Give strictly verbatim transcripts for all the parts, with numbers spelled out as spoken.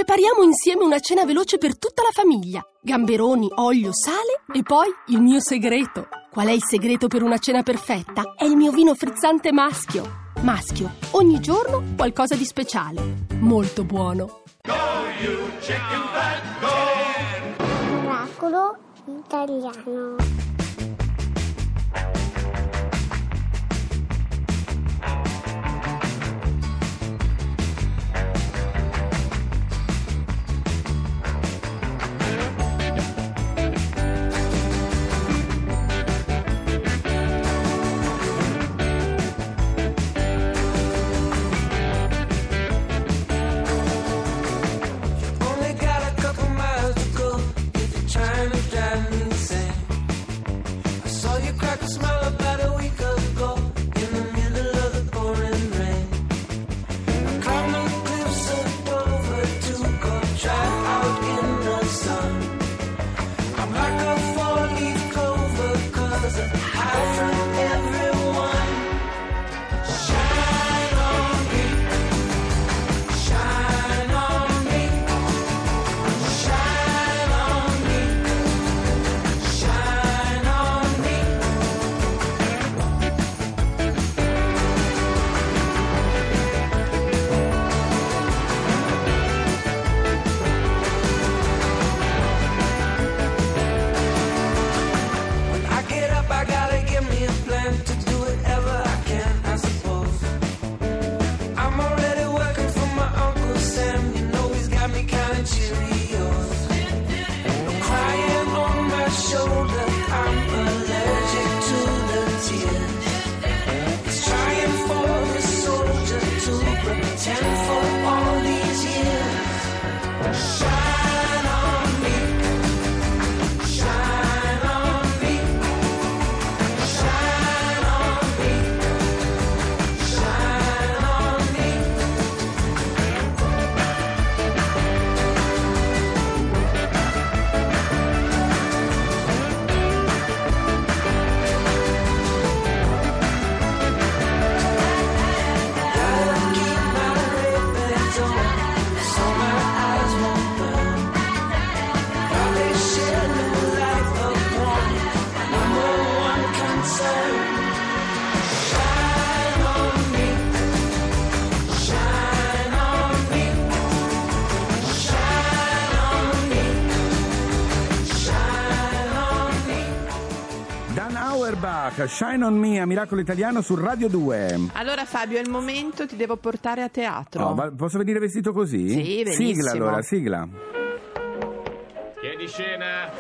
Prepariamo insieme una cena veloce per tutta la famiglia. Gamberoni, olio, sale e poi il mio segreto. Qual è il segreto per una cena perfetta? È il mio vino frizzante maschio. Maschio, ogni giorno qualcosa di speciale. Molto buono. Go you chicken fat, go! Miracolo italiano. Shine on Me a Miracolo Italiano su Radio due. Allora Fabio, è il momento, ti devo portare a teatro. Oh, ma posso venire vestito così? Sì, benissimo. Sigla allora, sigla. Chi è di scena?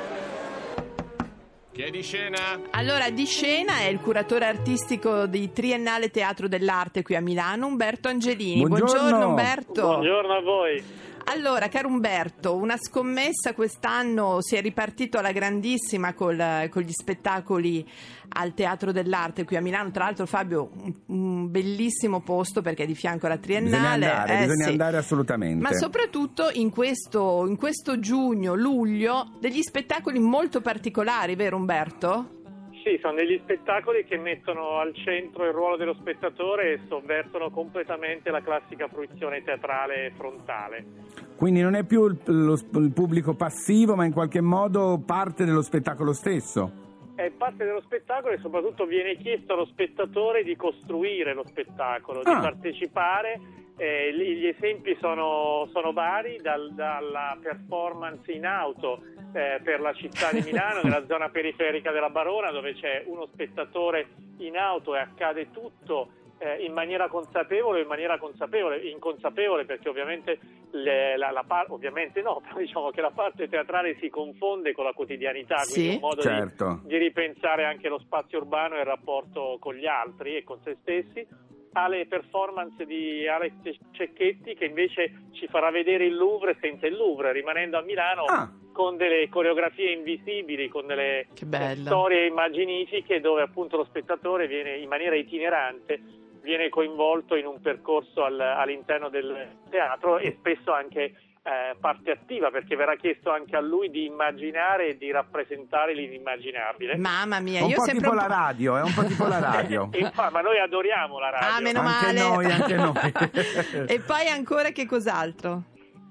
Chi è di scena? Allora, di scena è il curatore artistico di Triennale Teatro dell'Arte qui a Milano, Umberto Angelini. Buongiorno, Buongiorno Umberto. Buongiorno a voi. Allora, caro Umberto, una scommessa quest'anno, si è ripartito alla grandissima col, con gli spettacoli al Teatro dell'Arte qui a Milano. Tra l'altro, Fabio, un, un bellissimo posto perché è di fianco alla Triennale. Bisogna andare, eh, bisogna sì. andare assolutamente. Ma soprattutto in questo, in questo giugno, luglio, degli spettacoli molto particolari, vero Umberto? Sì, sono degli spettacoli che mettono al centro il ruolo dello spettatore e sovvertono completamente la classica fruizione teatrale frontale. Quindi non è più il, lo, il pubblico passivo, ma in qualche modo parte dello spettacolo stesso. È parte dello spettacolo e soprattutto viene chiesto allo spettatore di costruire lo spettacolo, ah. di partecipare. Eh, gli esempi sono, sono vari, dal, dalla performance in auto eh, per la città di Milano, nella zona periferica della Barona, dove c'è uno spettatore in auto e accade tutto eh, in maniera consapevole, in maniera consapevole, inconsapevole, perché ovviamente le, la, la par- ovviamente no, però diciamo che la parte teatrale si confonde con la quotidianità, sì, quindi è un modo certo. di, di ripensare anche lo spazio urbano e il rapporto con gli altri e con se stessi. Alle performance di Alex Cecchetti, che invece ci farà vedere il Louvre senza il Louvre, rimanendo a Milano ah. con delle coreografie invisibili, con delle Che bella. storie immaginifiche, dove appunto lo spettatore viene in maniera itinerante viene coinvolto in un percorso al, all'interno del teatro e spesso anche Eh, parte attiva, perché verrà chiesto anche a lui di immaginare e di rappresentare l'inimmaginabile. Mamma mia, È un io po' sempre tipo un la po'... radio, è un po' tipo la radio. E infatti, ma noi adoriamo la radio. Ah, meno Anche male. noi, anche noi. E poi ancora che cos'altro?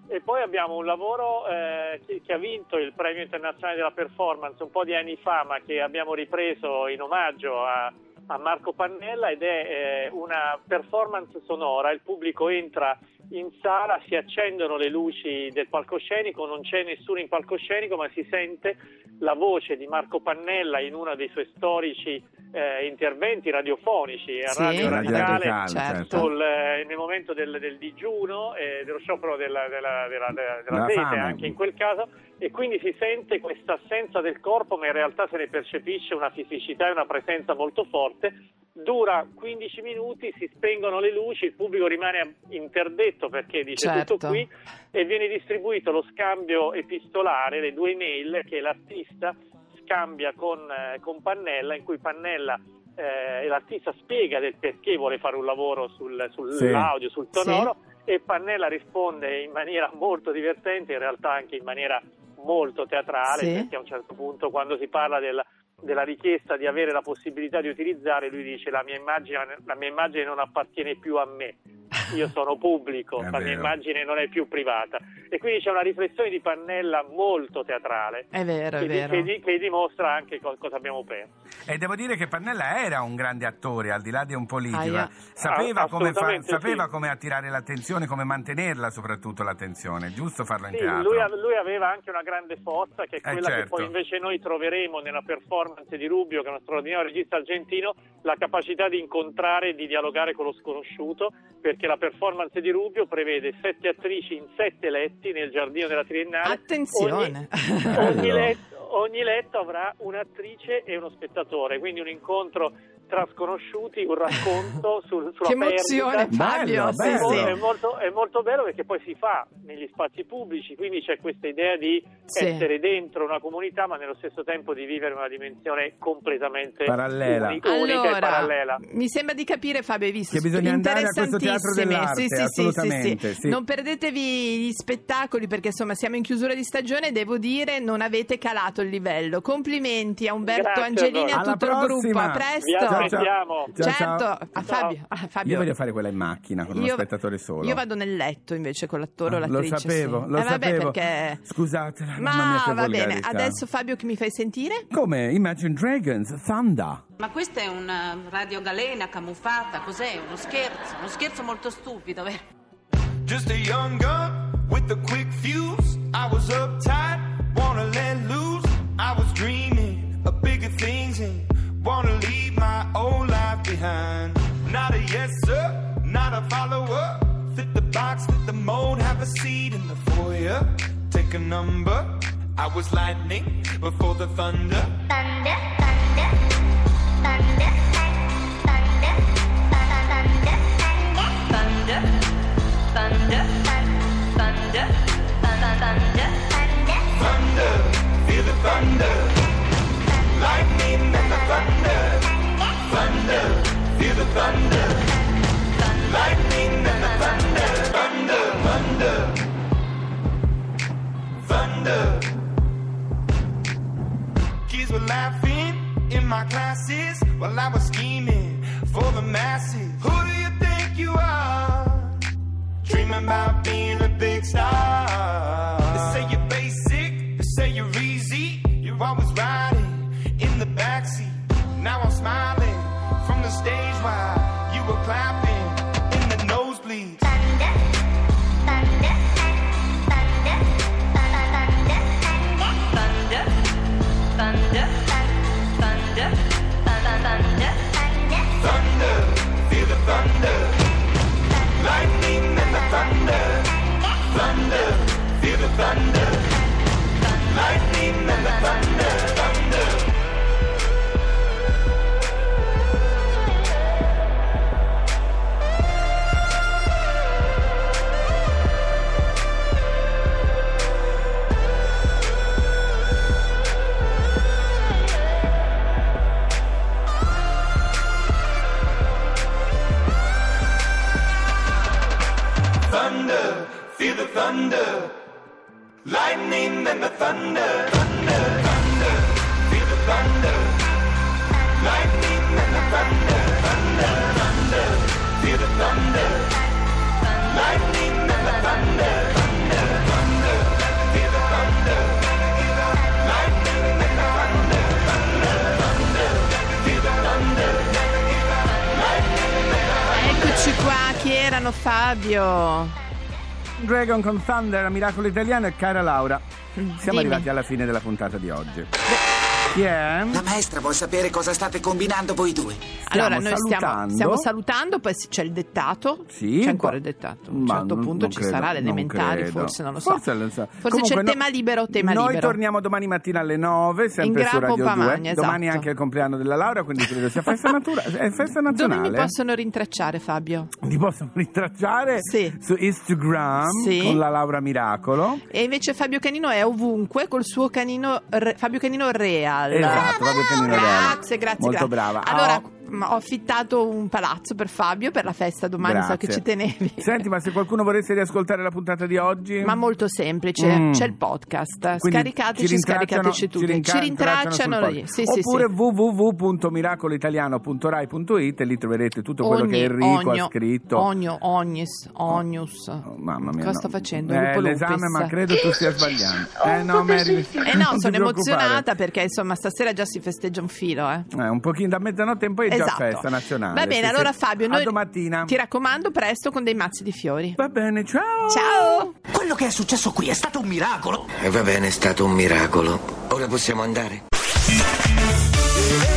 E poi abbiamo un lavoro eh, che, che ha vinto il Premio Internazionale della Performance un po' di anni fa, ma che abbiamo ripreso in omaggio a, a Marco Pannella, ed è eh, una performance sonora. Il pubblico entra in sala, si accendono le luci del palcoscenico, non c'è nessuno in palcoscenico, ma si sente la voce di Marco Pannella in uno dei suoi storici eh, interventi radiofonici a Sì, Radio Radicale, Radicale, certo. sul, eh, nel momento del, del digiuno e eh, dello sciopero della, della, della, della, della Della sete fame. anche in quel caso, e quindi si sente questa assenza del corpo, ma in realtà se ne percepisce una fisicità e una presenza molto forte. Dura quindici minuti, si spengono le luci, il pubblico rimane interdetto perché dice Certo. tutto qui, e viene distribuito lo scambio epistolare, le due email che l'artista scambia con, eh, con Pannella, in cui Pannella eh, l'artista spiega del perché vuole fare un lavoro sul, sull'audio, sul sonoro, sì. E Pannella risponde in maniera molto divertente, in realtà anche in maniera molto teatrale, sì. Perché a un certo punto, quando si parla del della richiesta di avere la possibilità di utilizzare, lui dice: la mia immagine, la mia immagine non appartiene più a me, io sono pubblico, È la mia vero. immagine non è più privata. E quindi c'è una riflessione di Pannella molto teatrale, È vero, che, è di- vero. che di- che dimostra anche co- cosa abbiamo perso. E devo dire che Pannella era un grande attore, al di là di un politico. Aia. Sapeva, Ah, come, fa- assolutamente sapeva sì. come attirare l'attenzione, come mantenerla soprattutto l'attenzione. Giusto farlo in Sì, teatro. lui, ave- lui aveva anche una grande forza, che è Eh, quella che certo. poi invece noi troveremo nella performance di Rubio, che è uno straordinario regista argentino, la capacità di incontrare e di dialogare con lo sconosciuto, perché la performance di Rubio prevede sette attrici in sette letti nel giardino della Triennale. Attenzione. Ogni, ogni letto, ogni letto avrà un'attrice e uno spettatore, quindi un incontro tra sconosciuti, un racconto sul, sulla Che emozione, perdita. Fabio. Bello, Sì, bello. sì. È molto, è molto bello perché poi si fa negli spazi pubblici, quindi c'è questa idea di Sì. essere dentro una comunità, ma nello stesso tempo di vivere una dimensione completamente Parallela. uni- unica e Allora, parallela. mi sembra di capire, Fabio, hai visto? Che bisogna andare a questo teatro Interessantissimi. dell'arte, Sì, sì, sì, assolutamente, sì, sì. sì. Non perdetevi gli spettacoli, perché insomma siamo in chiusura di stagione e devo dire non avete calato il livello. Complimenti a Umberto Grazie a Angelini e a voi. Alla tutto il gruppo. prossima. A Vi presto. aspettiamo. Ciao, Certo, ciao. a Fabio, a Fabio. Io voglio fare quella in macchina con uno Io- spettatore solo. Io vado nel letto invece con l'attore o Ah, lo l'attrice. sapevo, sì. lo Eh, vabbè, sapevo. perché... Scusate, Ma mamma mia, che va bene, volgarità. adesso Fabio che mi fai sentire? Come? Imagine Dragons, Thunder. Ma questa è una radiogalena camuffata, cos'è? Uno scherzo, uno scherzo molto stupido, vero? Just a young gun with a quick fuse. I was uptight, wanna let loose. I was dreaming of bigger things and wanna leave my old life behind. Not a yes sir, not a follower. Fit the box, fit the mold, have a seat in the foyer. Take a number. I was lightning before the thunder. Thunder, thunder, thunder, thunder, thunder, Thunder, thunder, thunder, thunder, thunder. Thunder, feel the thunder. Lightning and the thunder. Thunder, feel the thunder. Lightning and the thunder. Thunder, thunder. Thunder. Kids were laughing in my classes while I was scheming for the masses. Who do you think you are? Dreaming about being a big star. They say you're basic, they say you're easy. You're always riding in the backseat. Now I'm smiling from the stage while you were clapping in the nosebleeds. thunder, thunder, thunder, thunder, Thunder, thunder, thunder, thunder, thunder. Thunder, feel the thunder. Lightning and the thunder. Thunder, feel the thunder. Lightning and the thunder. Thunder. Thunder, feel the thunder. Lightning and the thunder. Thunder, thunder, feel the thunder. Lightning and the thunder. Thunder, thunder, feel the thunder. Lightning and the thunder. Thunder. buongiorno Fabio. Dragon con Thunder, Miracolo Italiano e cara Laura. Siamo Dimmi. arrivati alla fine della puntata di oggi. Chi è? La maestra vuol sapere cosa state combinando voi due. Allora, noi stiamo salutando. stiamo salutando, poi c'è il dettato. Sì, c'è ancora po- il dettato. A un Ma certo non- punto non ci credo, sarà non l'elementare, credo. forse non lo so. Forse, lo so. Forse Comunque, c'è il no- tema libero, tema Noi libero. torniamo domani mattina alle nove, sempre In su Gran Radio Pompamagna, due. esatto. Domani è anche il compleanno della Laura, quindi credo sia festa, natura- è festa nazionale. Dove mi possono rintracciare, Fabio? Mi possono rintracciare Sì. su Instagram Sì. con la Laura Miracolo. E invece Fabio Canino è ovunque col suo canino re- Fabio Canino Real. Esatto, proprio Canino Reale. Grazie, grazie. Molto grazie. brava. Allora, Oh. m- ho affittato un palazzo per Fabio per la festa domani, so che Grazie. ci tenevi. Senti, ma se qualcuno volesse riascoltare la puntata di oggi, Ma molto semplice, Mm. c'è il podcast. Quindi Scaricateci, ci rintracciano- scaricateci tutti. ci Ci rintracciano rintracciano sul lì. podcast. Sì, sì, oppure sì. w w w punto miracolo italiano punto rai punto it e lì troverete tutto quello che Enrico ogno, ha scritto. Ogno, ognis, ognius. Oh, mamma mia, Cosa no. sto facendo? Eh, Lupo l'esame, lupis. ma credo tu stia sbagliando. Eh no, Mary, Eh no, non ti sono preoccupare. emozionata perché insomma stasera già si festeggia un filo, eh. Eh, un pochino da mezzanotte in poi è già Esatto. festa nazionale. Va bene, Sì, allora sì. Fabio, A noi domattina. ti raccomando presto con dei mazzi di fiori. Va bene, ciao. Ciao! Quello che è successo qui è stato un miracolo. E va bene, è stato un miracolo. Ora possiamo andare.